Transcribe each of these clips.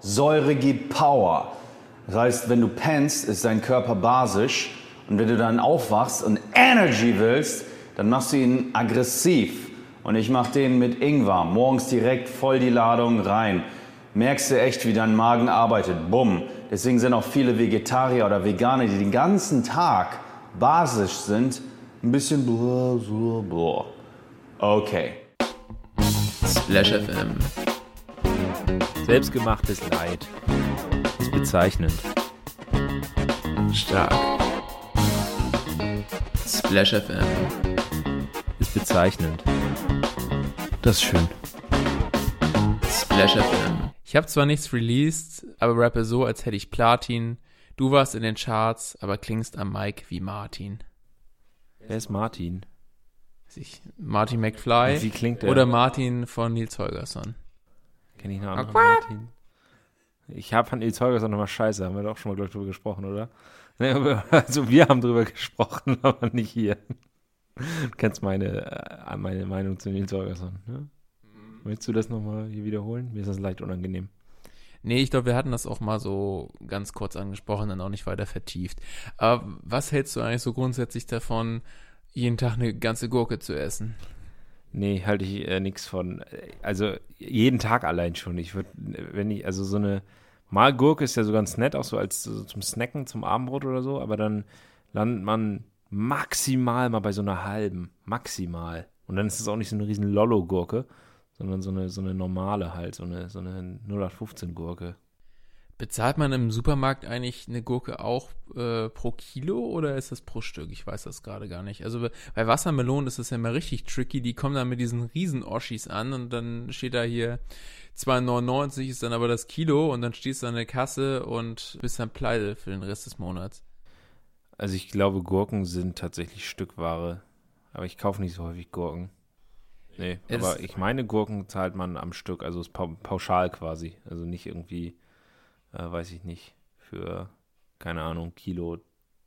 Säure gibt Power. Das heißt, wenn du pennst, ist dein Körper basisch. Und wenn du dann aufwachst und Energy willst, dann machst du ihn aggressiv. Und ich mache den mit Ingwer. Morgens direkt voll die Ladung rein. Merkst du echt, wie dein Magen arbeitet. Bumm. Deswegen sind auch viele Vegetarier oder Veganer, die den ganzen Tag basisch sind, ein bisschen blah. Okay. Splash FM. Selbstgemachtes Leid. Ist bezeichnend. Stark. Splash FM. Ist bezeichnend. Das ist schön. Splash FM. Ich habe zwar nichts released, aber rappe so, als hätte ich Platin. Du warst in den Charts, aber klingst am Mic wie Martin. Wer ist Martin? Martin McFly. Wie klingt der? Oder Martin von Nils Holgersson. Kenn ich noch einen anderen Martin? Ich habe von Nils Holgersson nochmal Scheiße. Haben wir doch schon mal, glaube ich, drüber gesprochen, oder? Also wir haben drüber gesprochen, aber nicht hier. Du kennst meine Meinung zu Nils Holgersson, ne? Möchtest du das nochmal hier wiederholen? Mir ist das leicht unangenehm. Nee, ich glaube, wir hatten das auch mal so ganz kurz angesprochen, dann auch nicht weiter vertieft. Aber was hältst du eigentlich so grundsätzlich davon, jeden Tag eine ganze Gurke zu essen? Nee, halte ich nichts von. Also jeden Tag allein schon. Also so eine Mahlgurke ist ja so ganz nett, auch so als so zum Snacken, zum Abendbrot oder so, aber dann landet man maximal mal bei so einer halben. Maximal. Und dann ist es auch nicht so eine riesen Lollo-Gurke, sondern so eine normale halt, so eine 0815-Gurke. Bezahlt man im Supermarkt eigentlich eine Gurke auch pro Kilo oder ist das pro Stück? Ich weiß das gerade gar nicht. Also bei Wassermelonen ist das ja immer richtig tricky. Die kommen dann mit diesen riesen Oschis an und dann steht da hier 2,99 ist dann aber das Kilo und dann stehst du an der Kasse und bist dann pleite für den Rest des Monats. Also ich glaube, Gurken sind tatsächlich Stückware, aber ich kaufe nicht so häufig Gurken. Nee, aber ich meine, Gurken zahlt man am Stück, also ist pauschal quasi. Also nicht irgendwie, weiß ich nicht, für, keine Ahnung, Kilo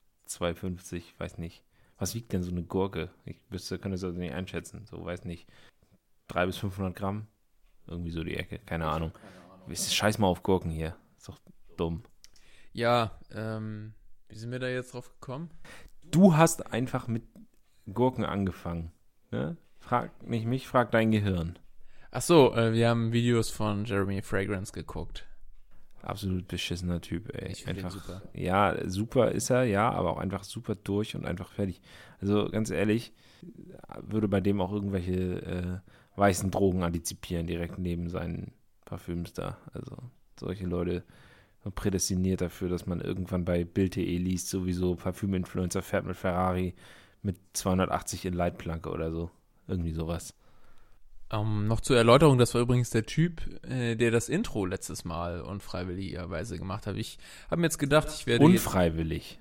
2,50, weiß nicht. Was wiegt denn so eine Gurke? Könnte es also nicht einschätzen, so, weiß nicht. 300 bis 500 Gramm? Irgendwie so die Ecke, keine Ahnung. Scheiß mal auf Gurken hier, ist doch dumm. Ja, wie sind wir da jetzt drauf gekommen? Du hast einfach mit Gurken angefangen, ne? Frag nicht mich, frag dein Gehirn. Ach so, wir haben Videos von Jeremy Fragrance geguckt. Absolut beschissener Typ, ey. Ich finde ihn super. Ja, super ist er, ja, aber auch einfach super durch und einfach fertig. Also ganz ehrlich, würde bei dem auch irgendwelche weißen Drogen antizipieren, direkt neben seinen Parfüms da. Also solche Leute sind prädestiniert dafür, dass man irgendwann bei Bild.de liest, sowieso Parfüm-Influencer fährt mit Ferrari mit 280 in Leitplanke oder so. Irgendwie sowas. Noch zur Erläuterung, das war übrigens der Typ, der das Intro letztes Mal unfreiwilligerweise gemacht hat. Ich habe mir jetzt gedacht, ich werde... Unfreiwillig.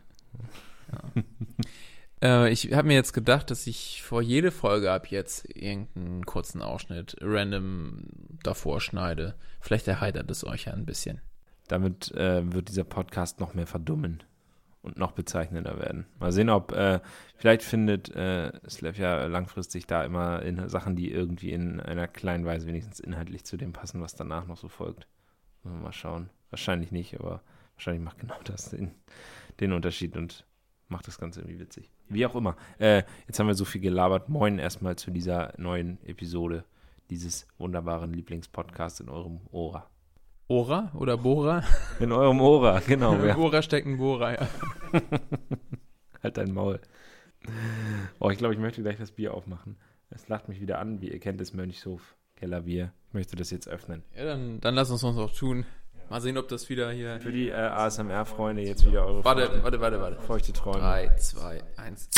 Ich habe mir jetzt gedacht, dass ich vor jede Folge ab jetzt irgendeinen kurzen Ausschnitt random davor schneide. Vielleicht erheitert es euch ja ein bisschen. Damit wird dieser Podcast noch mehr verdummen und noch bezeichnender werden. Mal sehen, ob vielleicht findet Slav ja langfristig da immer in Sachen, die irgendwie in einer kleinen Weise wenigstens inhaltlich zu dem passen, was danach noch so folgt. Mal schauen. Wahrscheinlich nicht, aber wahrscheinlich macht genau das den Unterschied und macht das Ganze irgendwie witzig. Wie auch immer. Jetzt haben wir so viel gelabert. Moin erstmal zu dieser neuen Episode dieses wunderbaren Lieblingspodcasts in eurem Ohr. Ora oder Bohrer? In eurem Ohr, genau. Im Ohr steckt ein Bohrer, ja. Halt dein Maul. Oh, ich glaube, ich möchte gleich das Bier aufmachen. Es lacht mich wieder an, wie ihr kennt, das Mönchshof Kellerbier. Ich möchte das jetzt öffnen. Ja, dann lass uns das auch tun. Mal sehen, ob das wieder hier... Für die ASMR-Freunde jetzt wieder eure Warte. feuchte Träume. 3, 2, 1.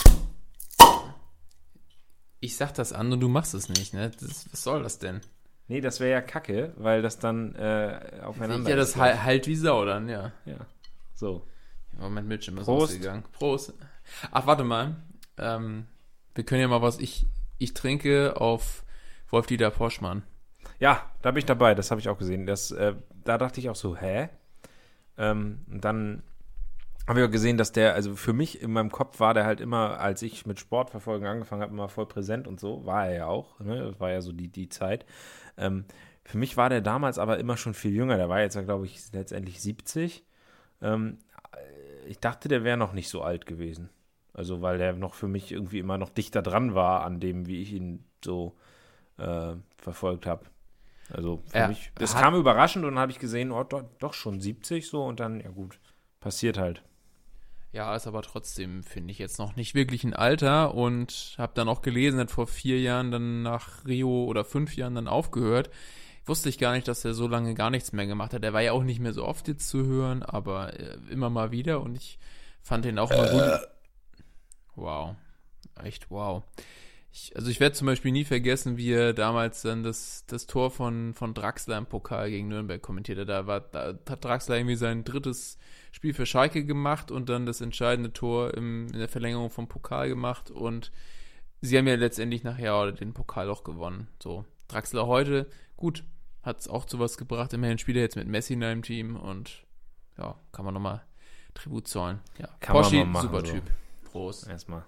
Ich sag das an und du machst es nicht, ne? Was soll das denn? Nee, das wäre ja kacke, weil das dann aufeinander ja, das halt wie Sau dann, ja. Ja, so. Moment, Bildschirm ist Prost. ausgegangen. Prost. Ach, warte mal. Wir können ja mal was... Ich trinke auf Wolf-Dieter Poschmann. Ja, da bin ich dabei, das habe ich auch gesehen. Da dachte ich auch so, hä? Und dann habe ich auch gesehen, dass der, also für mich in meinem Kopf war der halt immer, als ich mit Sportverfolgung angefangen habe, immer voll präsent und so, war er ja auch, ne? Das war ja so die Zeit. Für mich war der damals aber immer schon viel jünger. Der war jetzt, glaube ich, letztendlich 70. Ich dachte, der wäre noch nicht so alt gewesen. Also, weil der noch für mich irgendwie immer noch dichter dran war an dem, wie ich ihn so verfolgt habe. Also, für mich, das kam überraschend und dann habe ich gesehen, oh, doch schon 70 so und dann, ja gut, passiert halt. Ja, ist aber trotzdem, finde ich, jetzt noch nicht wirklich ein Alter und habe dann auch gelesen, hat vor 4 Jahren dann nach Rio oder 5 Jahren dann aufgehört. Wusste ich gar nicht, dass er so lange gar nichts mehr gemacht hat. Er war ja auch nicht mehr so oft jetzt zu hören, aber immer mal wieder und ich fand ihn auch mal gut. Wow. Echt wow. Ich werde zum Beispiel nie vergessen, wie er damals dann das Tor von Draxler im Pokal gegen Nürnberg kommentiert hat. Da hat Draxler irgendwie sein 3. Spiel für Schalke gemacht und dann das entscheidende Tor in der Verlängerung vom Pokal gemacht und sie haben ja letztendlich nachher den Pokal auch gewonnen. So, Draxler heute, gut, hat es auch zu was gebracht. Immerhin spielt er jetzt mit Messi in einem Team und ja, kann man nochmal Tribut zollen. Ja, Kann Porsche, man mal machen, super so. Typ. Prost. Erstmal.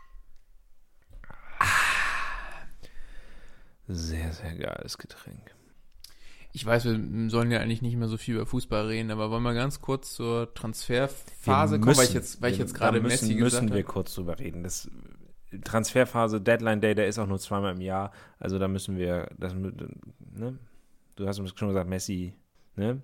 Sehr, sehr geiles Getränk. Ich weiß, wir sollen ja eigentlich nicht mehr so viel über Fußball reden, aber wollen wir ganz kurz zur Transferphase kommen, weil ich jetzt gerade Messi gesagt habe. Müssen wir kurz drüber reden. Das Transferphase, Deadline Day, der ist auch nur 2-mal im Jahr. Also da müssen wir, ne? Du hast uns schon gesagt, Messi, ne?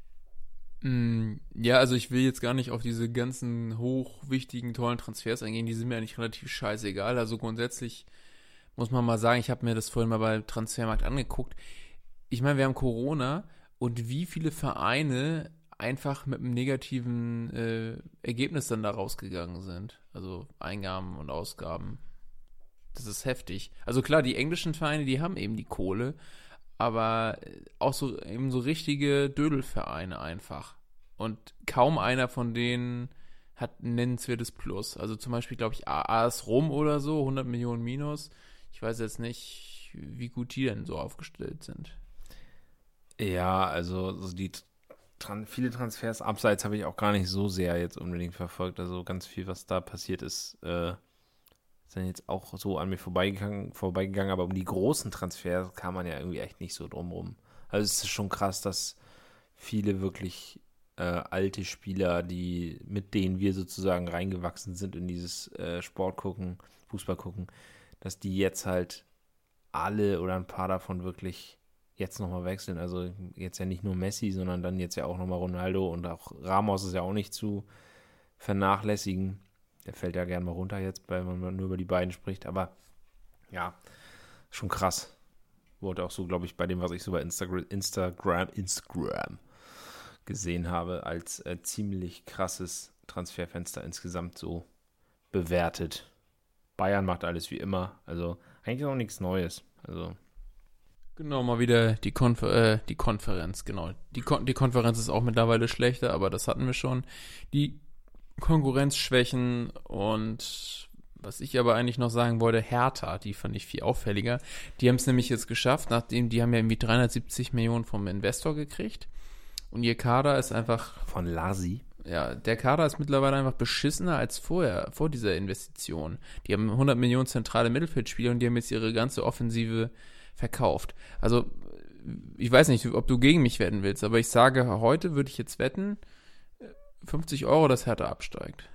Ja, also ich will jetzt gar nicht auf diese ganzen hochwichtigen, tollen Transfers eingehen. Die sind mir eigentlich relativ scheißegal. Also grundsätzlich muss man mal sagen, ich habe mir das vorhin mal bei Transfermarkt angeguckt. Ich meine, wir haben Corona und wie viele Vereine einfach mit einem negativen Ergebnis dann da rausgegangen sind. Also Eingaben und Ausgaben. Das ist heftig. Also klar, die englischen Vereine, die haben eben die Kohle, aber auch so eben so richtige Dödelvereine einfach. Und kaum einer von denen hat ein nennenswertes Plus. Also zum Beispiel, glaube ich, AS Rom oder so, 100 Millionen minus. Ich weiß jetzt nicht, wie gut die denn so aufgestellt sind. Ja, also so viele Transfers abseits habe ich auch gar nicht so sehr jetzt unbedingt verfolgt. Also ganz viel, was da passiert ist, ist dann jetzt auch so an mir vorbeigegangen. Aber um die großen Transfers kam man ja irgendwie echt nicht so drum rum. Also es ist schon krass, dass viele wirklich alte Spieler, mit denen wir sozusagen reingewachsen sind in dieses Sport gucken, Fußball gucken, dass die jetzt halt alle oder ein paar davon wirklich jetzt nochmal wechseln. Also jetzt ja nicht nur Messi, sondern dann jetzt ja auch nochmal Ronaldo und auch Ramos ist ja auch nicht zu vernachlässigen. Der fällt ja gerne mal runter jetzt, weil man nur über die beiden spricht. Aber ja, schon krass. Wurde auch so, glaube ich, bei dem, was ich so bei Instagram gesehen habe, als ziemlich krasses Transferfenster insgesamt so bewertet. Bayern macht alles wie immer. Also eigentlich auch nichts Neues. Also Genau, mal wieder die Konferenz, genau. Die Konferenz ist auch mittlerweile schlechter, aber das hatten wir schon. Die Konkurrenzschwächen und was ich aber eigentlich noch sagen wollte, Hertha, die fand ich viel auffälliger. Die haben es nämlich jetzt geschafft, nachdem die haben ja irgendwie 370 Millionen vom Investor gekriegt und ihr Kader ist einfach... Von Lasi. Ja, der Kader ist mittlerweile einfach beschissener als vor dieser Investition. Die haben 100 Millionen zentrale Mittelfeldspieler und die haben jetzt ihre ganze Offensive verkauft. Also, ich weiß nicht, ob du gegen mich wetten willst, aber ich sage, heute würde ich jetzt wetten, 50 €, dass Hertha absteigt.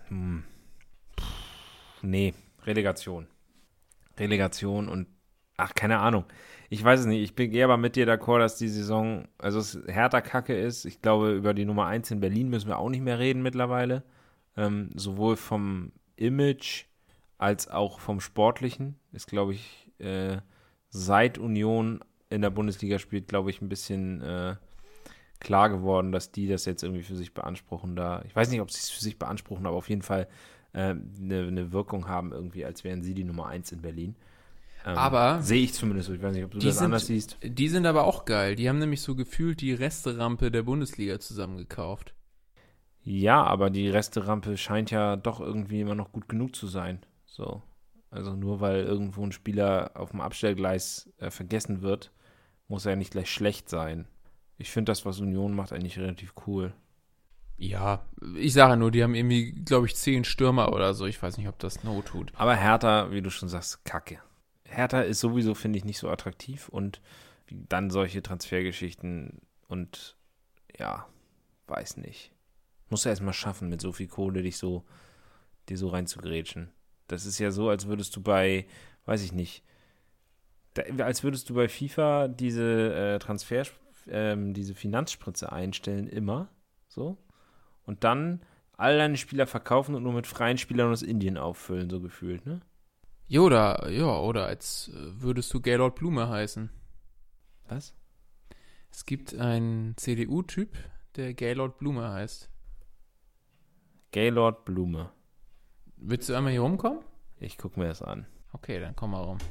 Nee, Relegation und, keine Ahnung. Ich weiß es nicht, ich gehe aber mit dir d'accord, dass die Saison, also es Hertha Kacke ist. Ich glaube, über die Nummer 1 in Berlin müssen wir auch nicht mehr reden mittlerweile. Sowohl vom Image als auch vom Sportlichen ist, glaube ich, seit Union in der Bundesliga spielt, glaube ich, ein bisschen klar geworden, dass die das jetzt irgendwie für sich beanspruchen. Ich weiß nicht, ob sie es für sich beanspruchen, aber auf jeden Fall eine Wirkung haben, irgendwie, als wären sie die Nummer 1 in Berlin. Aber sehe ich zumindest. Ich weiß nicht, ob du das anders siehst. Die sind aber auch geil. Die haben nämlich so gefühlt die Resterampe der Bundesliga zusammengekauft. Ja, aber die Resterampe scheint ja doch irgendwie immer noch gut genug zu sein. So. Also nur weil irgendwo ein Spieler auf dem Abstellgleis vergessen wird, muss er ja nicht gleich schlecht sein. Ich finde das, was Union macht, eigentlich relativ cool. Ja, ich sage nur, die haben irgendwie, glaube ich, 10 Stürmer oder so. Ich weiß nicht, ob das Not tut. Aber Hertha, wie du schon sagst, Kacke. Hertha ist sowieso, finde ich, nicht so attraktiv und dann solche Transfergeschichten und ja, weiß nicht. Musst du erstmal schaffen, mit so viel Kohle dir so reinzugrätschen. Das ist ja so, als würdest du bei, weiß ich nicht, als würdest du bei FIFA diese diese Finanzspritze einstellen, immer so. Und dann all deine Spieler verkaufen und nur mit freien Spielern aus Indien auffüllen, so gefühlt, ne? Oder als würdest du Gaylord Blume heißen. Was? Es gibt einen CDU-Typ, der Gaylord Blume heißt. Gaylord Blume. Willst du einmal hier rumkommen? Ich guck mir das an. Okay, dann komm mal rum.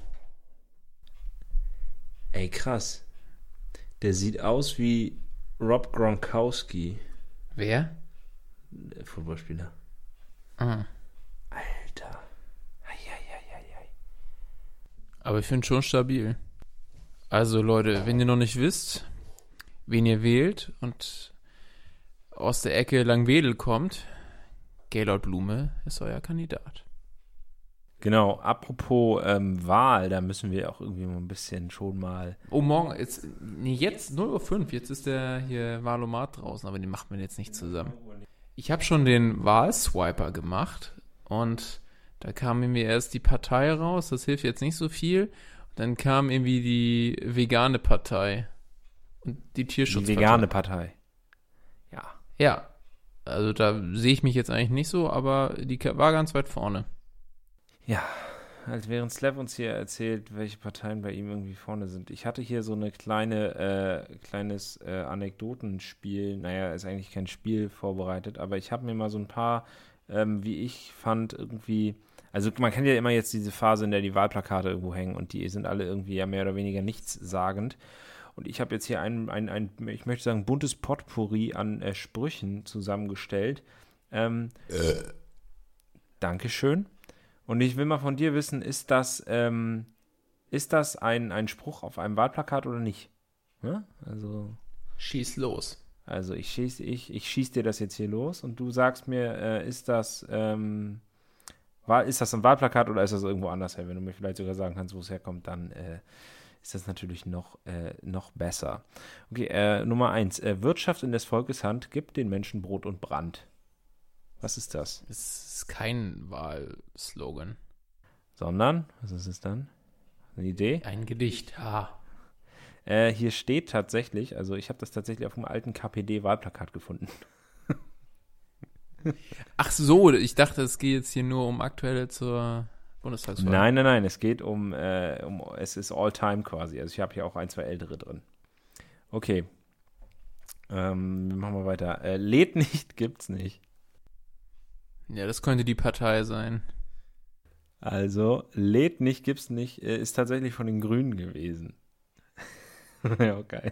Ey, krass. Der sieht aus wie Rob Gronkowski. Wer? Der Footballspieler. Ah. Alter. Eieieiei. Aber ich finde schon stabil. Also Leute, wenn ihr noch nicht wisst, wen ihr wählt und aus der Ecke Langwedel kommt, Gaylord Blume ist euer Kandidat. Genau, apropos Wahl, da müssen wir auch irgendwie mal ein bisschen schon mal... Oh, morgen, jetzt 0:05 Uhr, jetzt ist der hier Wahlomat draußen, aber den macht man jetzt nicht zusammen. Ich habe schon den Wahlswiper gemacht und da kam irgendwie erst die Partei raus, das hilft jetzt nicht so viel. Dann kam irgendwie die vegane Partei und die Tierschutzpartei. Die vegane Partei. Ja. Ja, also da sehe ich mich jetzt eigentlich nicht so, aber die war ganz weit vorne. Ja, als während Slav uns hier erzählt, welche Parteien bei ihm irgendwie vorne sind. Ich hatte hier so eine kleines Anekdotenspiel, naja, ist eigentlich kein Spiel vorbereitet, aber ich habe mir mal so ein paar, wie ich fand, irgendwie, also man kennt ja immer jetzt diese Phase, in der die Wahlplakate irgendwo hängen und die sind alle irgendwie ja mehr oder weniger nichtssagend. Und ich habe jetzt hier ein, ich möchte sagen, buntes Potpourri an Sprüchen zusammengestellt. Dankeschön. Und ich will mal von dir wissen, ist das ein Spruch auf einem Wahlplakat oder nicht? Ja? Also Schieß los. Also ich schieß dir das jetzt hier los und du sagst mir, ist das ein Wahlplakat oder ist das irgendwo anders her? Wenn du mir vielleicht sogar sagen kannst, wo es herkommt, dann ist das natürlich noch besser. Okay, Nummer 1. Wirtschaft in des Volkes Hand gibt den Menschen Brot und Brand. Was ist das? Es ist kein Wahlslogan. Sondern, was ist es dann? Eine Idee? Ein Gedicht, Hier steht tatsächlich, also ich habe das tatsächlich auf einem alten KPD-Wahlplakat gefunden. Ach so, ich dachte, es geht jetzt hier nur um aktuelle zur Bundestagswahl. Nein, es geht es ist All-Time quasi. Also ich habe hier auch 1, 2 ältere drin. Okay. Machen wir weiter. Lädt nicht, gibt's nicht. Ja, das könnte die Partei sein. Also, lädt nicht, gibt's nicht, ist tatsächlich von den Grünen gewesen. Ja, geil.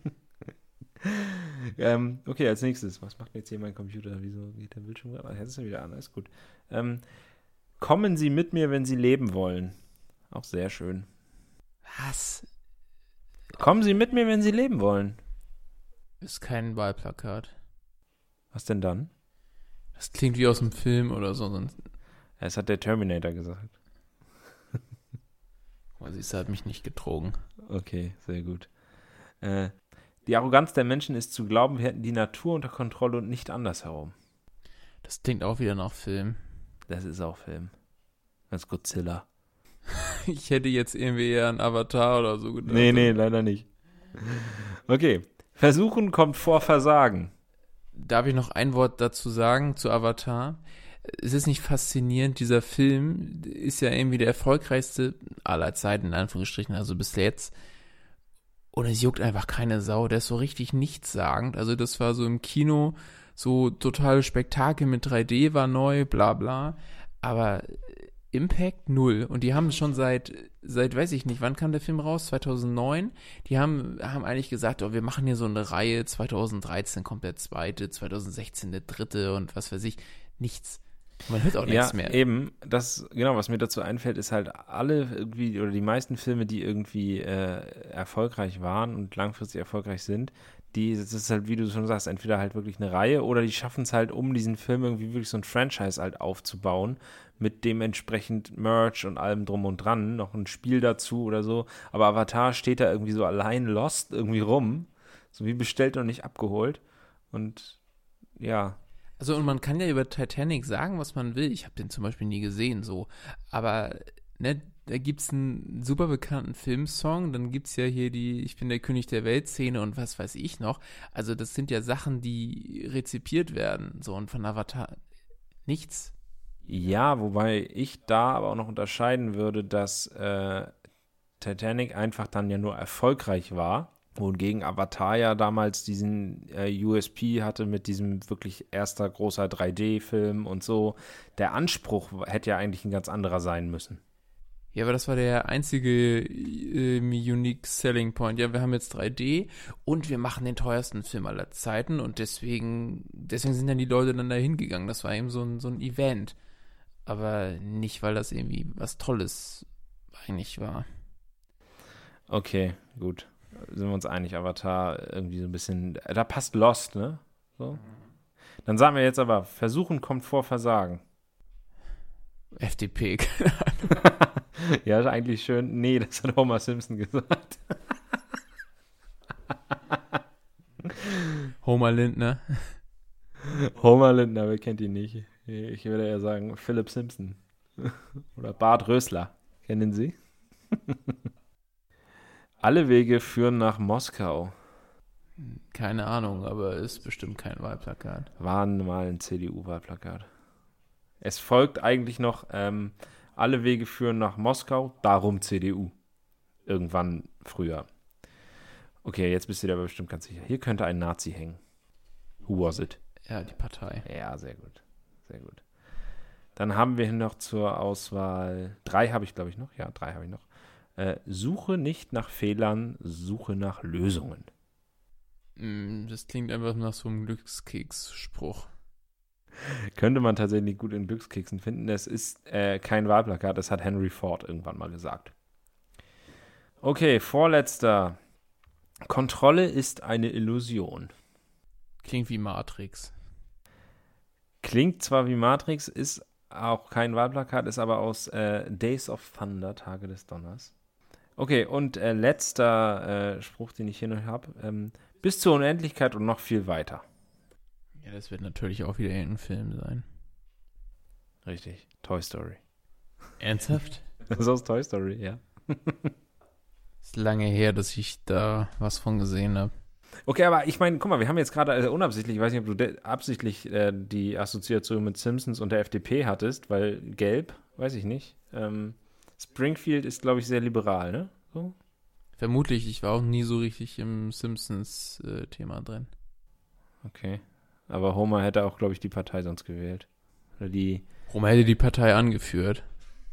Okay, als nächstes. Was macht jetzt hier mein Computer? Wieso geht der Bildschirm gerade? Jetzt ist er wieder an, alles gut. Kommen Sie mit mir, wenn Sie leben wollen. Auch sehr schön. Was? Kommen Sie mit mir, wenn Sie leben wollen. Ist kein Wahlplakat. Was denn dann? Das klingt wie aus einem Film oder so. Das hat der Terminator gesagt. Sie hat mich nicht getrogen. Okay, sehr gut. Die Arroganz der Menschen ist zu glauben, wir hätten die Natur unter Kontrolle und nicht andersherum. Das klingt auch wieder nach Film. Das ist auch Film. Das ist Godzilla. Ich hätte jetzt irgendwie eher an Avatar oder so gedacht. Nee, leider nicht. Okay. Versuchen kommt vor Versagen. Darf ich noch ein Wort dazu sagen, zu Avatar? Es ist nicht faszinierend, dieser Film ist ja irgendwie der erfolgreichste aller Zeiten, in Anführungsstrichen, also bis jetzt. Und es juckt einfach keine Sau, der ist so richtig nichtssagend. Also das war so im Kino, so total Spektakel mit 3D war neu, bla bla. Aber Impact 0. Und die haben schon seit weiß ich nicht, wann kam der Film raus? 2009? Die haben eigentlich gesagt, wir machen hier so eine Reihe, 2013 kommt der zweite, 2016 der dritte und was weiß ich. Nichts. Man hört auch nichts mehr. Ja, eben. Was mir dazu einfällt, ist halt alle irgendwie, oder die meisten Filme, die irgendwie erfolgreich waren und langfristig erfolgreich sind, das ist halt, wie du schon sagst, entweder halt wirklich eine Reihe oder die schaffen es halt, um diesen Film irgendwie wirklich so ein Franchise halt aufzubauen mit dementsprechend Merch und allem drum und dran, noch ein Spiel dazu oder so. Aber Avatar steht da irgendwie so allein lost irgendwie rum. So wie bestellt und nicht abgeholt. Und ja. Also und man kann ja über Titanic sagen, was man will. Ich habe den zum Beispiel nie gesehen, so. Aber ne, da gibt's einen super bekannten Filmsong, dann gibt's ja hier die Ich bin der König der Welt-Szene und was weiß ich noch. Also das sind ja Sachen, die rezipiert werden. So, und von Avatar nichts. Ja, wobei ich da aber auch noch unterscheiden würde, dass Titanic einfach dann ja nur erfolgreich war. Wohingegen Avatar ja damals diesen USP hatte mit diesem wirklich erster großer 3D-Film und so. Der Anspruch hätte ja eigentlich ein ganz anderer sein müssen. Ja, aber das war der einzige unique selling point. Ja, wir haben jetzt 3D und wir machen den teuersten Film aller Zeiten und deswegen sind dann die Leute dann da hingegangen. Das war eben so ein Event. Aber nicht, weil das irgendwie was Tolles eigentlich war. Okay, gut. Sind wir uns einig, Avatar irgendwie so ein bisschen, da passt Lost, ne? So. Dann sagen wir jetzt aber, Versuchen kommt vor Versagen. FDP. Ja, ist eigentlich schön. Nee, das hat Homer Simpson gesagt. Homer Lindner. Homer Lindner, wer kennt ihn nicht? Ich würde eher sagen Philip Simpson. Oder Bart Rösler. Kennen Sie? Alle Wege führen nach Moskau. Keine Ahnung, aber ist bestimmt kein Wahlplakat. War mal ein CDU-Wahlplakat. Es folgt eigentlich noch, alle Wege führen nach Moskau, darum CDU. Irgendwann früher. Okay, jetzt bist du dir aber bestimmt ganz sicher. Hier könnte ein Nazi hängen. Who was it? Ja, die Partei. Ja, sehr gut. Sehr gut. Dann haben wir hier noch zur Auswahl, 3 habe ich glaube ich noch. Ja, 3 habe ich noch. Suche nicht nach Fehlern, suche nach Lösungen. Das klingt einfach nach so einem Glückskeks-Spruch. Könnte man tatsächlich gut in Glückskeksen finden. Das ist kein Wahlplakat, das hat Henry Ford irgendwann mal gesagt. Okay, vorletzter. Kontrolle ist eine Illusion. Klingt wie Matrix. Klingt zwar wie Matrix, ist auch kein Wahlplakat, ist aber aus Days of Thunder, Tage des Donners. Okay, und letzter Spruch, den ich hier noch habe. Bis zur Unendlichkeit und noch viel weiter. Ja, das wird natürlich auch wieder irgendein Film sein. Richtig, Toy Story. Ernsthaft? Das ist aus Toy Story, ja. Ist lange her, dass ich da was von gesehen habe. Okay, aber ich meine, guck mal, wir haben jetzt gerade unabsichtlich, ich weiß nicht, ob du absichtlich die Assoziation mit Simpsons und der FDP hattest, weil gelb, weiß ich nicht. Springfield ist, glaube ich, sehr liberal, ne? So? Vermutlich, ich war auch nie so richtig im Simpsons-Thema drin. Okay. Aber Homer hätte auch, glaube ich, die Partei sonst gewählt. Oder die. Homer hätte die Partei angeführt.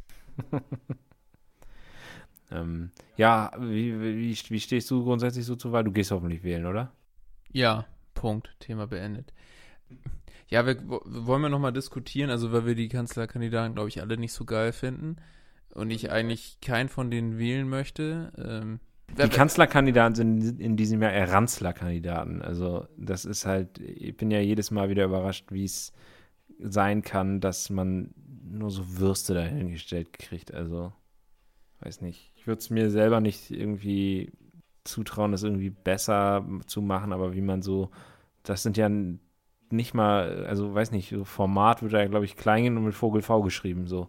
Ja, wie stehst du grundsätzlich so zur Wahl? Du gehst hoffentlich wählen, oder? Ja, Punkt. Thema beendet. Ja, wollen wir nochmal diskutieren, also weil wir die Kanzlerkandidaten, glaube ich, alle nicht so geil finden und ich eigentlich keinen von denen wählen möchte. Die Kanzlerkandidaten sind in diesem Jahr eher Ranzler-Kandidaten. Also das ist halt, ich bin ja jedes Mal wieder überrascht, wie es sein kann, dass man nur so Würste dahingestellt kriegt. Also, weiß nicht. Ich würde es mir selber nicht irgendwie zutrauen, das irgendwie besser zu machen, aber wie man so, das sind ja nicht mal, also weiß nicht, so Format wird da, glaube ich, klein und mit Vogel V geschrieben, so.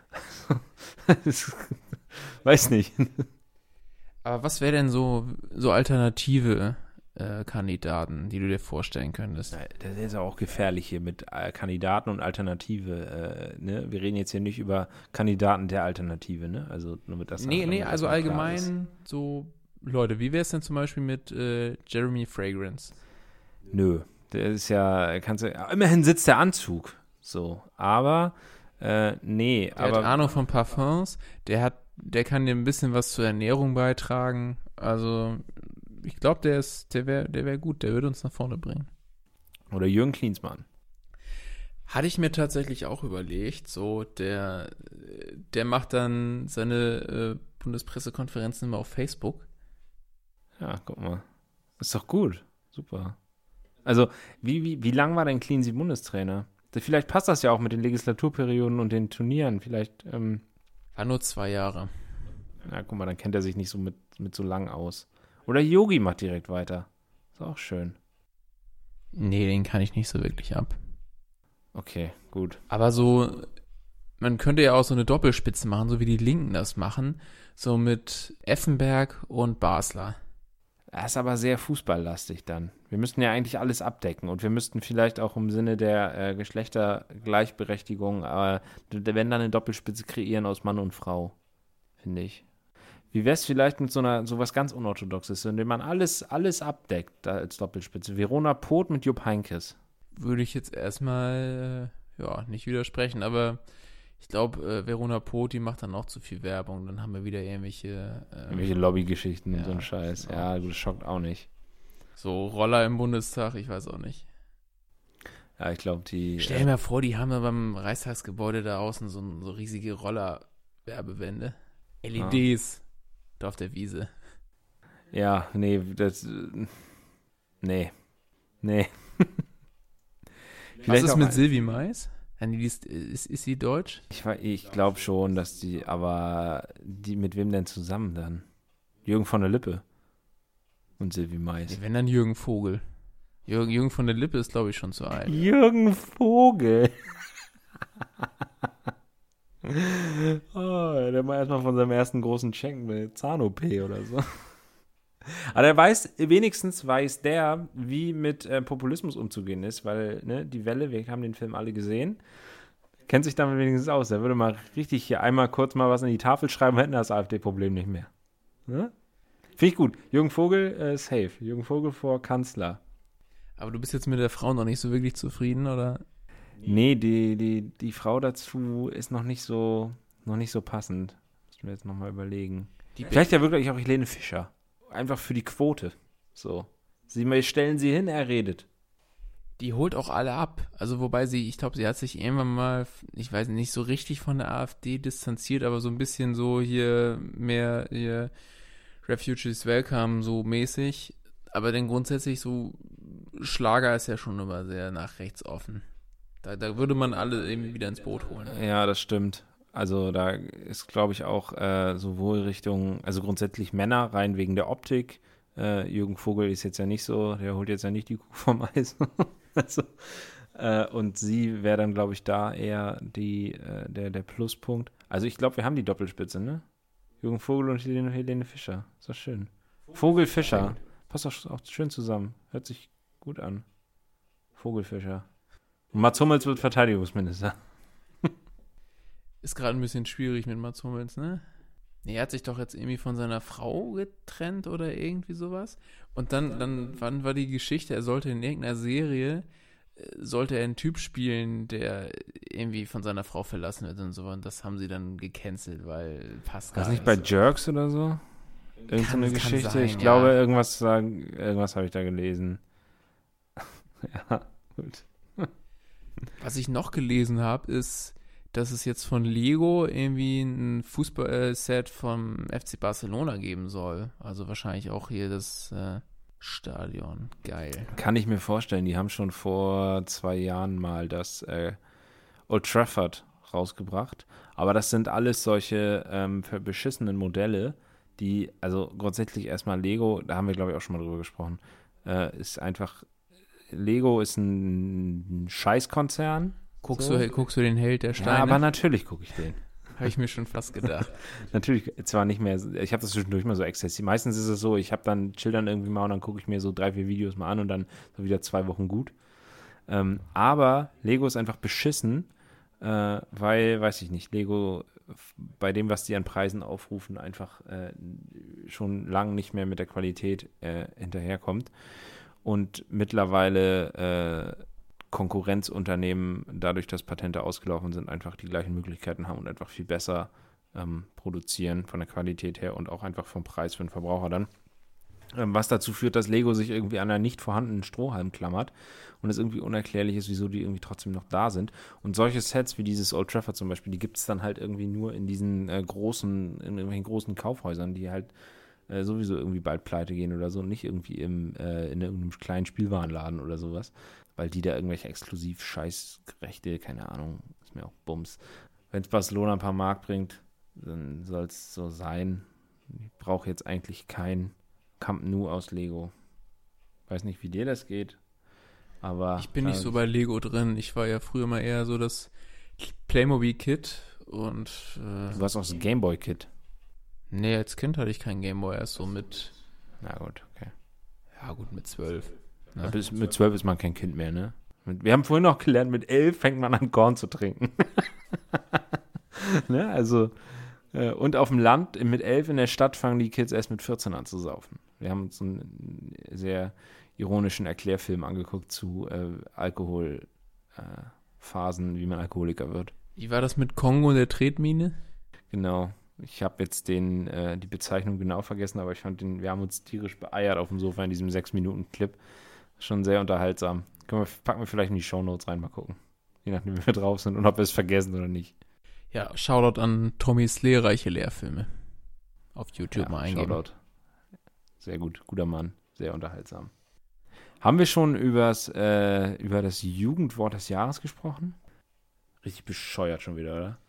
Weiß nicht. Aber was wäre denn so alternative Kandidaten, die du dir vorstellen könntest? Das ist auch gefährlich hier mit Kandidaten und Alternative. Ne? Wir reden jetzt hier nicht über Kandidaten der Alternative, ne? Also nur mit das. Nee, also allgemein so Leute, wie wäre es denn zum Beispiel mit Jeremy Fragrance? Nö, der ist ja, immerhin sitzt der Anzug, so, aber nee. Der hat Ahnung von Parfums, der kann dir ein bisschen was zur Ernährung beitragen, also ich glaube, der wäre gut, der würde uns nach vorne bringen. Oder Jürgen Klinsmann. Hatte ich mir tatsächlich auch überlegt, so, der macht dann seine Bundespressekonferenzen immer auf Facebook. Ja, guck mal. Ist doch gut. Super. Also, wie lang war denn Cleansy Bundestrainer? Vielleicht passt das ja auch mit den Legislaturperioden und den Turnieren. Vielleicht, War nur 2 Jahre. na guck mal, dann kennt er sich nicht so mit so lang aus. Oder Yogi macht direkt weiter. Ist auch schön. Nee, den kann ich nicht so wirklich ab. Okay, gut. Aber so, man könnte ja auch so eine Doppelspitze machen, so wie die Linken das machen. So mit Effenberg und Basler. Das ist aber sehr fußballlastig dann. Wir müssten ja eigentlich alles abdecken und wir müssten vielleicht auch im Sinne der Geschlechtergleichberechtigung, wenn dann eine Doppelspitze kreieren aus Mann und Frau, finde ich. Wie wäre es vielleicht mit sowas ganz Unorthodoxes, indem man alles abdeckt da als Doppelspitze? Verona Poth mit Jupp Heynckes. Würde ich jetzt erstmal, nicht widersprechen, aber ich glaube, Verona Poth, die macht dann auch zu viel Werbung. Dann haben wir wieder irgendwelche Lobbygeschichten und ja, so ein Scheiß. genau. Ja, das schockt auch nicht. so Roller im Bundestag, ich weiß auch nicht. Ja, ich glaube, die... Stell dir mal vor, die haben da beim Reichstagsgebäude da außen so riesige Roller-Werbewände. LEDs da auf der Wiese. Ja, nee, nee. Was ist auch mit Sylvie Mais? Ist sie deutsch? Ich glaube schon, dass die mit wem denn zusammen dann? Jürgen von der Lippe und Sylvie Mais. Nee, wenn dann Jürgen Vogel. Jürgen von der Lippe ist, glaube ich, schon zu alt. Jürgen Vogel. Der war erstmal von seinem ersten großen Check mit Zahn-OP oder so. Aber wenigstens weiß der, wie mit Populismus umzugehen ist, weil die Welle, wir haben den Film alle gesehen, kennt sich damit wenigstens aus. Der würde mal richtig hier einmal kurz mal was in die Tafel schreiben, hätten das AfD-Problem nicht mehr. Ne? Finde ich gut. Jürgen Vogel, safe. Jürgen Vogel vor Kanzler. Aber du bist jetzt mit der Frau noch nicht so wirklich zufrieden, oder? Nee, die Frau dazu ist noch nicht so passend. Müssen wir jetzt nochmal überlegen. Vielleicht ja wirklich auch Helene Fischer. Einfach für die Quote. So. Stellen sie hin, er redet. Die holt auch alle ab. Also wobei ich glaube, sie hat sich irgendwann mal, ich weiß nicht, so richtig von der AfD distanziert, aber so ein bisschen so hier mehr hier Refugees Welcome so mäßig. Aber dann grundsätzlich so Schlager ist ja schon immer sehr nach rechts offen. Da würde man alle eben wieder ins Boot holen. Ja, das stimmt. Also da ist, glaube ich, auch sowohl Richtung, also grundsätzlich Männer rein wegen der Optik. Jürgen Vogel ist jetzt ja nicht so, der holt jetzt ja nicht die Kuh vom Eis. Also, und sie wäre dann, glaube ich, da eher der Pluspunkt. Also ich glaube, wir haben die Doppelspitze, ne? Jürgen Vogel und Helene Fischer. Ist doch schön. Vogel Fischer. Passt doch auch schön zusammen. Hört sich gut an. Vogel Fischer. Und Mats Hummels wird Verteidigungsminister. Ist gerade ein bisschen schwierig mit Mats Hummels, ne? Nee, er hat sich doch jetzt irgendwie von seiner Frau getrennt oder irgendwie sowas. Und dann wann war die Geschichte, er sollte in irgendeiner Serie, sollte er einen Typ spielen, der irgendwie von seiner Frau verlassen wird und so. Und das haben sie dann gecancelt, weil passt gar War das nicht nicht bei Jerks oder so? Irgend so eine Kann Geschichte? sein, Ich glaube, ja. irgendwas habe ich da gelesen. Ja, gut. Was ich noch gelesen habe, ist, dass es jetzt von Lego irgendwie ein Fußballset vom FC Barcelona geben soll. Also wahrscheinlich auch hier das Stadion. Geil. Kann ich mir vorstellen, die haben schon vor 2 Jahren mal das Old Trafford rausgebracht. Aber das sind alles solche beschissenen Modelle, die, also grundsätzlich erstmal Lego, da haben wir, glaube ich, auch schon mal drüber gesprochen, ist einfach, Lego ist ein Scheißkonzern. Guckst du den Held der Steine? Ja, aber natürlich gucke ich den. Habe ich mir schon fast gedacht. Natürlich, zwar nicht mehr, ich habe das zwischendurch mal so exzessiv. Meistens ist es so, ich habe dann Childern irgendwie mal und dann gucke ich mir so 3, 4 Videos mal an und dann so wieder 2 Wochen gut. Aber Lego ist einfach beschissen, weil, weiß ich nicht, Lego bei dem, was die an Preisen aufrufen, einfach schon lang nicht mehr mit der Qualität hinterherkommt. Und mittlerweile Konkurrenzunternehmen, dadurch, dass Patente ausgelaufen sind, einfach die gleichen Möglichkeiten haben und einfach viel besser produzieren von der Qualität her und auch einfach vom Preis für den Verbraucher dann. Was dazu führt, dass Lego sich irgendwie an einer nicht vorhandenen Strohhalm klammert und es irgendwie unerklärlich ist, wieso die irgendwie trotzdem noch da sind. Und solche Sets wie dieses Old Trafford zum Beispiel, die gibt es dann halt irgendwie nur in diesen in irgendwelchen großen Kaufhäusern, die halt sowieso irgendwie bald pleite gehen oder so, nicht irgendwie in irgendeinem kleinen Spielwarenladen oder sowas. weil die da irgendwelche exklusiv Scheißrechte, keine Ahnung, ist mir auch Bums. Wenn es Barcelona ein paar Mark bringt, dann soll es so sein. Ich brauche jetzt eigentlich kein Camp Nou aus Lego. Weiß nicht, wie dir das geht, aber... Ich bin nicht so bei Lego drin. Ich war ja früher mal eher so das Playmobil-Kid und... Du warst auch das Gameboy-Kid. Nee, als Kind hatte ich keinen Gameboy, erst so mit... Na gut, okay. Ja gut, mit 12. Ja, mit 12 ist man kein Kind mehr, ne? Wir haben vorhin noch gelernt, mit 11 fängt man an, Korn zu trinken. Ne? Also, und auf dem Land, mit 11 in der Stadt, fangen die Kids erst mit 14 an zu saufen. Wir haben uns einen sehr ironischen Erklärfilm angeguckt zu Alkoholphasen, wie man Alkoholiker wird. Wie war das mit Kongo und der Tretmine? Genau. Ich habe jetzt die Bezeichnung genau vergessen, aber ich fand wir haben uns tierisch beeiert auf dem Sofa in diesem 6-Minuten-Clip. Schon sehr unterhaltsam. Packen wir vielleicht in die Shownotes rein, mal gucken. Je nachdem, wie wir drauf sind und ob wir es vergessen oder nicht. Ja, Shoutout an Tommys lehrreiche Lehrfilme. Auf YouTube Ja, mal eingeben. Shoutout. Sehr gut, guter Mann, sehr unterhaltsam. Haben wir schon über das Jugendwort des Jahres gesprochen? Richtig bescheuert schon wieder, oder?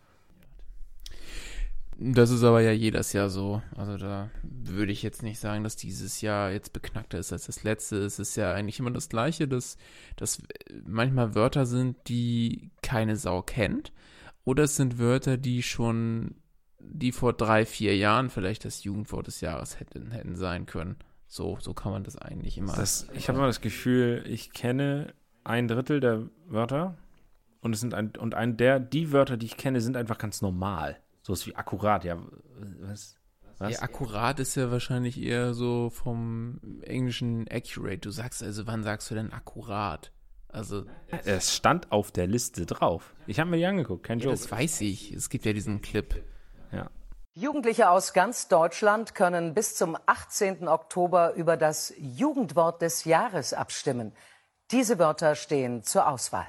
Das ist aber ja jedes Jahr so. Also da würde ich jetzt nicht sagen, dass dieses Jahr jetzt beknackter ist als das letzte. Es ist ja eigentlich immer das Gleiche, dass manchmal Wörter sind, die keine Sau kennt. Oder es sind Wörter, die vor 3-4 Jahren vielleicht das Jugendwort des Jahres hätten sein können. So kann man das eigentlich immer. Ich habe immer das Gefühl, ich kenne 1/3 der Wörter und die Wörter, die ich kenne, sind einfach ganz normal. So ist wie akkurat, ja. Was? Ja, akkurat ist ja wahrscheinlich eher so vom englischen accurate. Du sagst also, wann sagst du denn akkurat? Also. Es stand auf der Liste drauf. Ich habe mir die angeguckt, kein Joke. Das weiß ich. Es gibt ja diesen Clip. Ja. Jugendliche aus ganz Deutschland können bis zum 18. Oktober über das Jugendwort des Jahres abstimmen. Diese Wörter stehen zur Auswahl.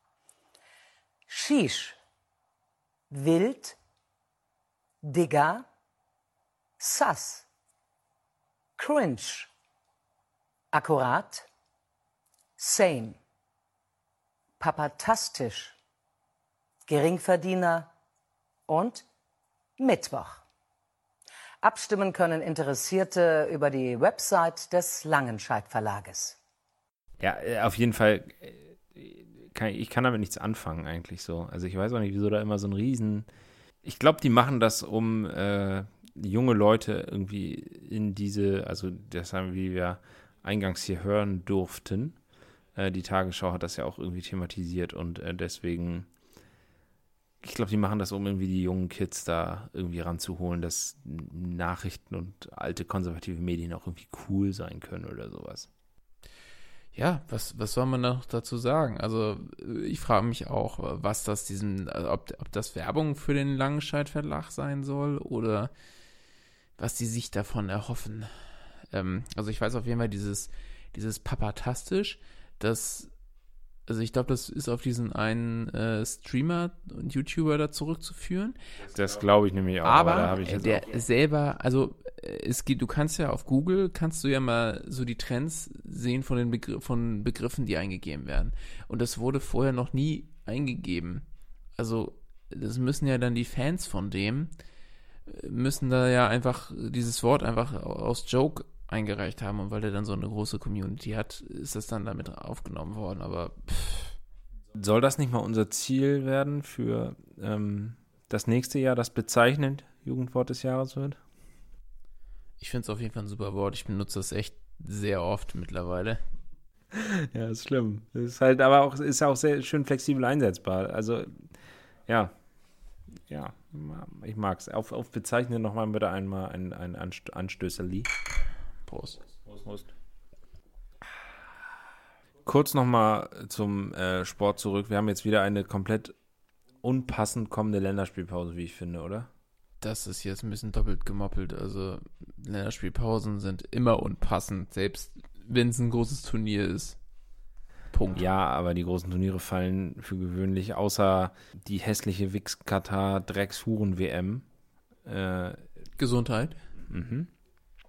Shish, wild, Digga, Sass, Cringe, akkurat, Same, Papatastisch, Geringverdiener und Mittwoch. Abstimmen können Interessierte über die Website des Langenscheidt Verlages. Ja, auf jeden Fall, ich kann damit nichts anfangen eigentlich so. Also ich weiß auch nicht, wieso da immer so ein Riesen... Ich glaube, die machen das, um junge Leute irgendwie in also das haben wir eingangs hier hören durften. Die Tagesschau hat das ja auch irgendwie thematisiert und deswegen, ich glaube, die machen das, um irgendwie die jungen Kids da irgendwie ranzuholen, dass Nachrichten und alte konservative Medien auch irgendwie cool sein können oder sowas. Ja, was soll man noch dazu sagen? Also ich frage mich auch, was das ob das Werbung für den Langenscheidt Verlag sein soll oder was die sich davon erhoffen. Also ich weiß auf jeden Fall dieses Papatastisch, also ich glaube, das ist auf diesen einen Streamer und YouTuber da zurückzuführen. Das glaube ich nämlich auch. Aber da habe ich jetzt der auch selber, also du kannst ja auf Google, kannst du ja mal so die Trends sehen von den Begriffen, die eingegeben werden. Und das wurde vorher noch nie eingegeben. Also das müssen ja dann die Fans von dem, müssen da ja einfach dieses Wort einfach aus Joke eingereicht haben. Und weil der dann so eine große Community hat, ist das dann damit aufgenommen worden. Aber soll das nicht mal unser Ziel werden für das nächste Jahr, das bezeichnend Jugendwort des Jahres wird? Ich finde es auf jeden Fall ein super Wort. Ich benutze das echt sehr oft mittlerweile. Ja, ist schlimm. Das ist halt aber auch, ist auch sehr schön flexibel einsetzbar. Also, ja, ich mag es. Auf Bezeichnen nochmal bitte einmal ein Anstößerli. Prost. Prost. Kurz nochmal zum Sport zurück. Wir haben jetzt wieder eine komplett unpassend kommende Länderspielpause, wie ich finde, oder? Das ist jetzt ein bisschen doppelt gemoppelt. Also Länderspielpausen sind immer unpassend, selbst wenn es ein großes Turnier ist. Punkt. Ja, aber die großen Turniere fallen für gewöhnlich, außer die hässliche Wix-Katar-Drecks-Huren-WM. Gesundheit.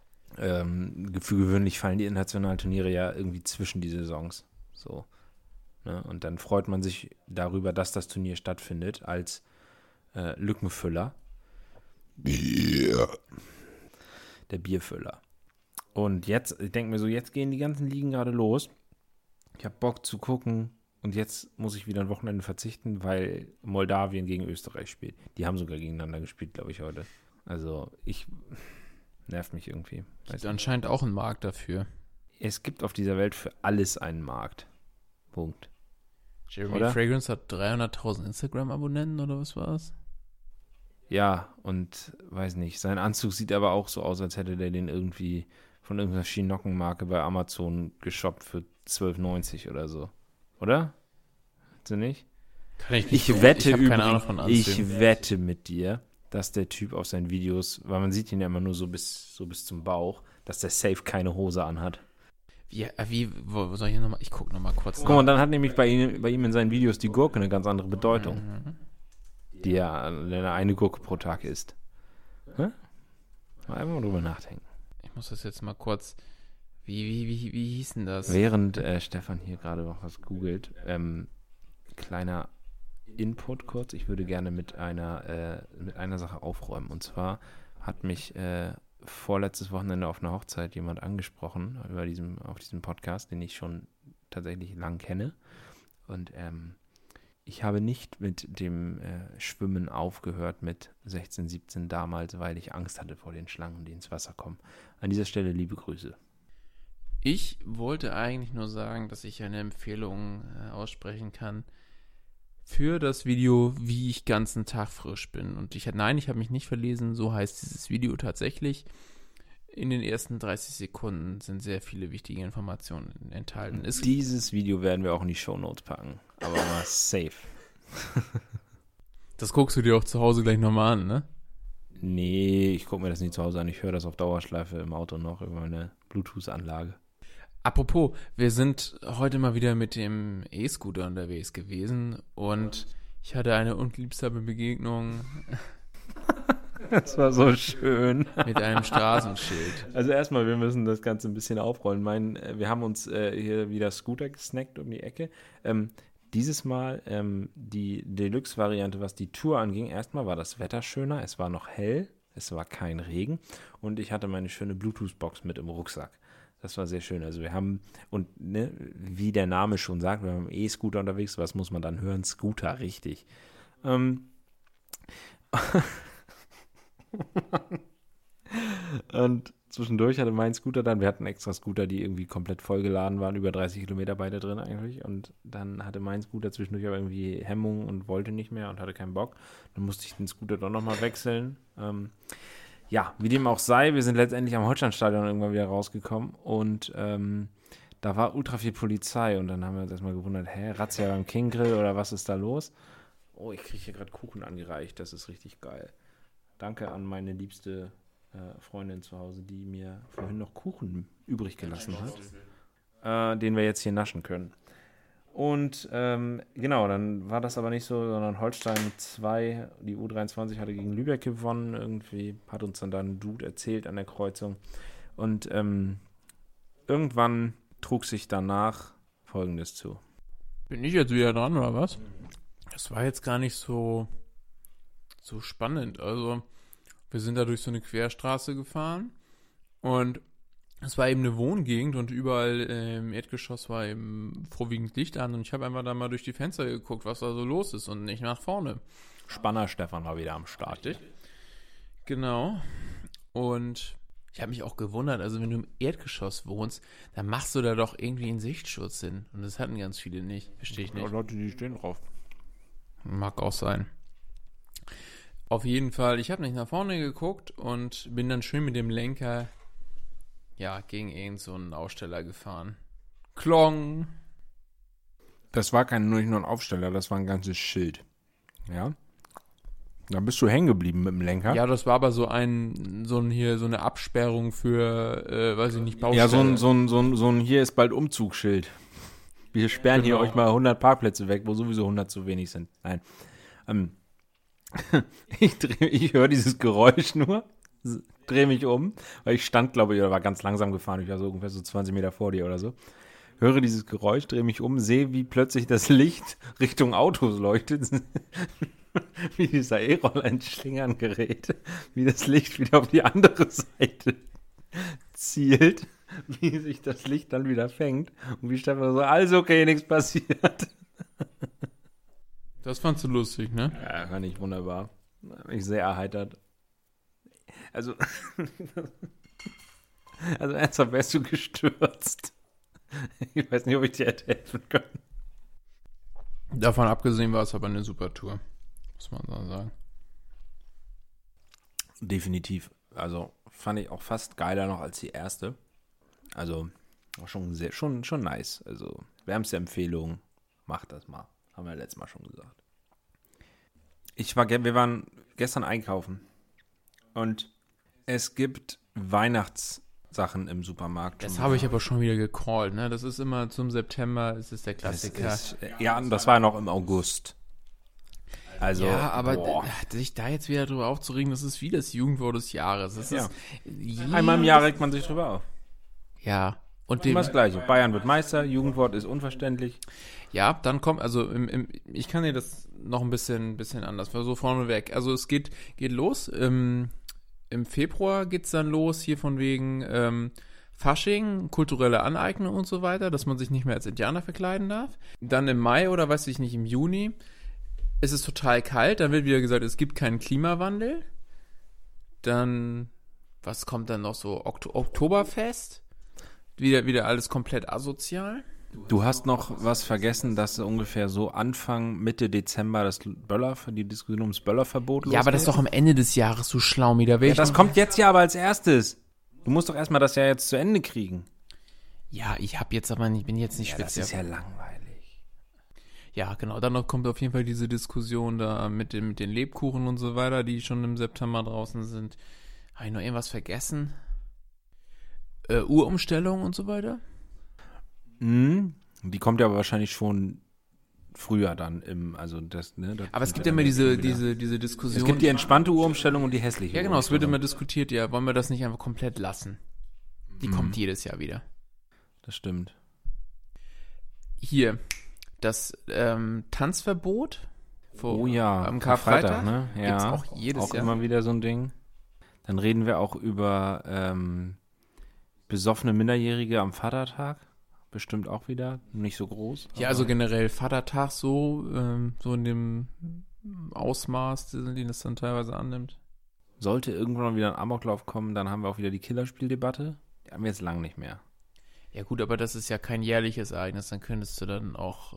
Für gewöhnlich fallen die internationalen Turniere ja irgendwie zwischen die Saisons. So. Ne? Und dann freut man sich darüber, dass das Turnier stattfindet, als Lückenfüller. Bier. Der Bierfüller. Und jetzt, ich denke mir so, jetzt gehen die ganzen Ligen gerade los. Ich habe Bock zu gucken. Und jetzt muss ich wieder ein Wochenende verzichten, weil Moldawien gegen Österreich spielt. Die haben sogar gegeneinander gespielt, glaube ich, heute. Also, nervt mich irgendwie. Es gibt anscheinend auch einen Markt dafür. Es gibt auf dieser Welt für alles einen Markt. Punkt. Jeremy Oder? Fragrance hat 300.000 Instagram-Abonnenten oder was war's? Ja, und weiß nicht, sein Anzug sieht aber auch so aus, als hätte der den irgendwie von irgendeiner Chinockenmarke bei Amazon geshoppt für 12,90 oder so. Oder? Weißt du nicht? Kann ich Ich wette hab keine Ahnung von Anzügen. Ich wette mit dir, dass der Typ auf seinen Videos, weil man sieht ihn ja immer nur so bis zum Bauch, dass der safe keine Hose anhat. Wo soll ich nochmal? Ich gucke nochmal kurz Guck mal, und dann hat nämlich bei ihm in seinen Videos die Gurke eine ganz andere Bedeutung. Die ja eine Gurke pro Tag isst. Mal einfach mal drüber nachdenken. Ich muss das jetzt mal kurz. Wie hieß denn das? Während Stefan hier gerade noch was googelt, kleiner Input kurz. Ich würde gerne mit einer Sache aufräumen. Und zwar hat mich vorletztes Wochenende auf einer Hochzeit jemand angesprochen auf diesem Podcast, den ich schon tatsächlich lang kenne. Und ich habe nicht mit dem Schwimmen aufgehört mit 16, 17 damals, weil ich Angst hatte vor den Schlangen, die ins Wasser kommen. An dieser Stelle liebe Grüße. Ich wollte eigentlich nur sagen, dass ich eine Empfehlung aussprechen kann für das Video, wie ich ganzen Tag frisch bin. Und ich habe mich nicht verlesen, so heißt dieses Video tatsächlich. In den ersten 30 Sekunden sind sehr viele wichtige Informationen enthalten. Dieses Video werden wir auch in die Shownotes packen, aber mal safe. Das guckst du dir auch zu Hause gleich nochmal an, ne? Nee, ich gucke mir das nicht zu Hause an. Ich höre das auf Dauerschleife im Auto noch über meine Bluetooth-Anlage. Apropos, wir sind heute mal wieder mit dem E-Scooter unterwegs gewesen und ich hatte eine unliebsame Begegnung Das war so schön. mit einem Straßenschild. Also erstmal, wir müssen das Ganze ein bisschen aufrollen. Wir haben uns hier wieder Scooter gesnackt um die Ecke. Dieses Mal die Deluxe-Variante, was die Tour anging. Erstmal war das Wetter schöner, es war noch hell, es war kein Regen und ich hatte meine schöne Bluetooth-Box mit im Rucksack. Das war sehr schön. Also wir haben, und ne, wie der Name schon sagt, wir haben E-Scooter unterwegs, was muss man dann hören? Scooter, richtig. Und zwischendurch hatte mein Scooter dann, wir hatten extra Scooter, die irgendwie komplett vollgeladen waren, über 30 Kilometer beide drin eigentlich. Und dann hatte mein Scooter zwischendurch aber irgendwie Hemmungen und wollte nicht mehr und hatte keinen Bock. Dann musste ich den Scooter doch nochmal wechseln. Ja, wie dem auch sei, wir sind letztendlich am Holsteinstadion irgendwann wieder rausgekommen und da war ultra viel Polizei und dann haben wir uns erstmal gewundert, Razzia beim King Grill oder was ist da los? Oh, ich kriege hier gerade Kuchen angereicht, das ist richtig geil. Danke an meine liebste Freundin zu Hause, die mir vorhin noch Kuchen übrig gelassen hat, den wir jetzt hier naschen können. Und genau, dann war das aber nicht so, sondern Holstein 2, die U23 hatte gegen Lübeck gewonnen, irgendwie hat uns dann ein Dude erzählt an der Kreuzung. Und irgendwann trug sich danach Folgendes zu. Bin ich jetzt wieder dran, oder was? Das war jetzt gar nicht so spannend. Also, wir sind da durch so eine Querstraße gefahren und es war eben eine Wohngegend und überall im Erdgeschoss war eben vorwiegend Licht an und ich habe einfach da mal durch die Fenster geguckt, was da so los ist und nicht nach vorne. Spanner Stefan war wieder am Start. Richtig? Genau. Und ich habe mich auch gewundert, also wenn du im Erdgeschoss wohnst, dann machst du da doch irgendwie einen Sichtschutz hin. Und das hatten ganz viele nicht. Verstehe ich nicht. Leute, die stehen drauf. Mag auch sein. Auf jeden Fall, ich habe nicht nach vorne geguckt und bin dann schön mit dem Lenker gegen irgend so einen Aussteller gefahren. Klong! Das war nicht nur ein Aufsteller, das war ein ganzes Schild. Ja? Da bist du hängen geblieben mit dem Lenker. Ja, das war aber so eine Absperrung für, weiß ich nicht, Baustelle. Ja, so ein hier ist bald Umzugsschild. Wir sperren hier euch mal 100 Parkplätze weg, wo sowieso 100 zu wenig sind. Nein. Ich höre dieses Geräusch nur, drehe mich um, weil ich stand, glaube ich, oder war ganz langsam gefahren. Ich war so ungefähr so 20 Meter vor dir oder so. höre dieses Geräusch, drehe mich um, sehe, wie plötzlich das Licht Richtung Autos leuchtet. Wie dieser E-Roller ins Schlingern gerät. Wie das Licht wieder auf die andere Seite zielt. Wie sich das Licht dann wieder fängt. Und wie Stefan so, alles okay, nichts passiert. Das fandst du lustig, ne? Ja, fand ich wunderbar. Hat mich sehr erheitert. Also ernsthaft, wärst du gestürzt. Ich weiß nicht, ob ich dir hätte helfen können. Davon abgesehen war es aber eine super Tour, muss man so sagen. Definitiv. Also fand ich auch fast geiler noch als die erste. Also war schon nice. Also wärmste Empfehlung, macht das mal. Haben wir letztes Mal schon gesagt. Wir waren gestern einkaufen und es gibt Weihnachtssachen im Supermarkt. Das habe ich aber schon wieder gecallt, ne? Das ist immer zum September, es ist der Klassiker. Ja, und das war ja noch im August. Also, ja, aber sich da jetzt wieder drüber aufzuregen, das ist wie das Jugendwort des Jahres. Das ist einmal im Jahr regt man sich drüber auf. Ja. Und immer das Gleiche. Bayern wird Meister, Jugendwort ist unverständlich. Ja, dann kommt, also ich kann dir das noch ein bisschen anders, so vorneweg. Also es geht los, im Februar geht's dann los, hier von wegen Fasching, kulturelle Aneignung und so weiter, dass man sich nicht mehr als Indianer verkleiden darf. Dann im Mai oder weiß ich nicht, im Juni ist es total kalt, dann wird wieder gesagt, es gibt keinen Klimawandel. Dann, was kommt dann noch so? Oktoberfest? Wieder alles komplett asozial. Du hast noch was vergessen, dass ungefähr so Anfang, Mitte Dezember die Diskussion ums Böllerverbot losgeht. Ja, aber das ist doch am Ende des Jahres, du Schlaumi. Ja, das kommt jetzt ja aber als erstes. Du musst doch erstmal das Jahr jetzt zu Ende kriegen. Ja, ich bin jetzt nicht speziell. Das ist ja langweilig. Ja, genau. Dann noch kommt auf jeden Fall diese Diskussion da mit den Lebkuchen und so weiter, die schon im September draußen sind. Habe ich noch irgendwas vergessen? Uhrumstellung und so weiter? Die kommt ja aber wahrscheinlich schon früher dann aber es gibt ja immer diese Diskussion. Es gibt die entspannte Uhrumstellung und die hässliche. Ja, genau, es wird immer diskutiert, ja, wollen wir das nicht einfach komplett lassen? Die kommt jedes Jahr wieder. Das stimmt. Hier, das Tanzverbot am Karfreitag, ne? Ja, gibt's auch jedes Jahr. Auch immer wieder so ein Ding. Dann reden wir auch über besoffene Minderjährige am Vatertag. Bestimmt auch wieder, nicht so groß. Ja, also generell Vatertag so in dem Ausmaß, den es dann teilweise annimmt. Sollte irgendwann wieder ein Amoklauf kommen, dann haben wir auch wieder die Killerspieldebatte. Die haben wir jetzt lang nicht mehr. Ja gut, aber das ist ja kein jährliches Ereignis, dann könntest du dann auch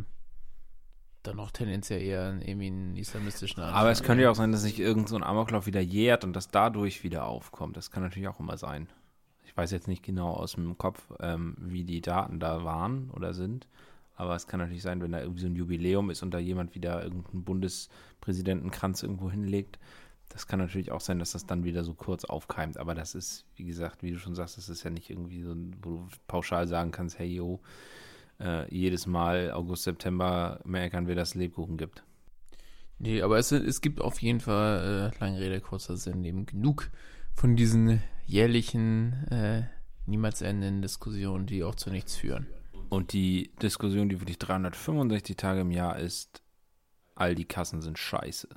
tendenziell eher irgendwie einen islamistischen Anschlag. Aber es könnte ja auch sein, dass sich irgend so ein Amoklauf wieder jährt und das dadurch wieder aufkommt. Das kann natürlich auch immer sein. Ich weiß jetzt nicht genau aus dem Kopf, wie die Daten da waren oder sind, aber es kann natürlich sein, wenn da irgendwie so ein Jubiläum ist und da jemand wieder irgendeinen Bundespräsidentenkranz irgendwo hinlegt, das kann natürlich auch sein, dass das dann wieder so kurz aufkeimt, aber das ist, wie gesagt, wie du schon sagst, das ist ja nicht irgendwie so, wo du pauschal sagen kannst, hey, yo, jedes Mal August, September merken wir, dass es Lebkuchen gibt. Nee, aber es gibt auf jeden Fall, lange Rede, kurzer Sinn, eben genug von diesen jährlichen, niemals endenden Diskussionen, die auch zu nichts führen. Und die Diskussion, die wirklich 365 Tage im Jahr ist, all die Kassen sind scheiße.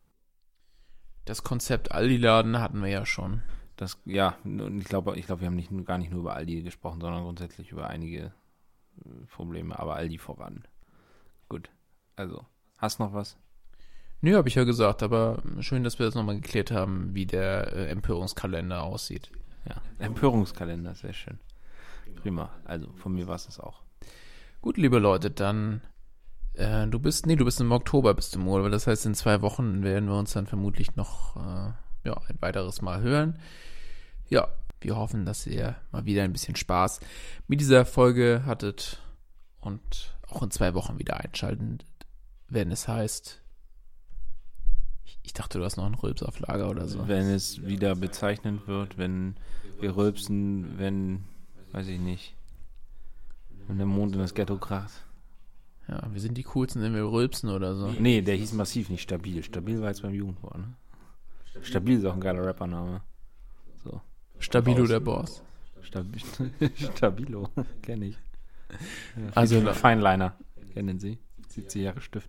Das Konzept Aldi-Laden hatten wir ja schon. Ich glaube, wir haben gar nicht nur über Aldi gesprochen, sondern grundsätzlich über einige Probleme, aber Aldi voran. Gut, also, hast noch was? Nö, habe ich ja gesagt, aber schön, dass wir das nochmal geklärt haben, wie der Empörungskalender aussieht. Ja, Empörungskalender, sehr schön. Prima, also von mir war es das auch. Gut, liebe Leute, dann du bist im Oktober bist du im Urlaub, das heißt in 2 Wochen werden wir uns dann vermutlich noch ein weiteres Mal hören. Ja, wir hoffen, dass ihr mal wieder ein bisschen Spaß mit dieser Folge hattet und auch in 2 Wochen wieder einschalten, wenn es heißt... Ich dachte, du hast noch einen Rülps auf Lager oder so. Wenn es wieder bezeichnend wird, wenn wir rülpsen, weiß ich nicht, wenn der Mond in das Ghetto kracht. Ja, wir sind die Coolsten, wenn wir rülpsen oder so. Nee, der hieß massiv nicht Stabil. Stabil war jetzt beim Jugendwort, ne? Stabil ist auch ein geiler Rappername. So. Stabilo der Boss. Stabilo, kenn ich. Also, Feinliner kennen Sie. 70 Jahre Stift.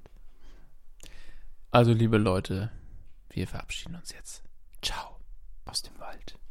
also, liebe Leute, wir verabschieden uns jetzt. Ciao. Aus dem Wald.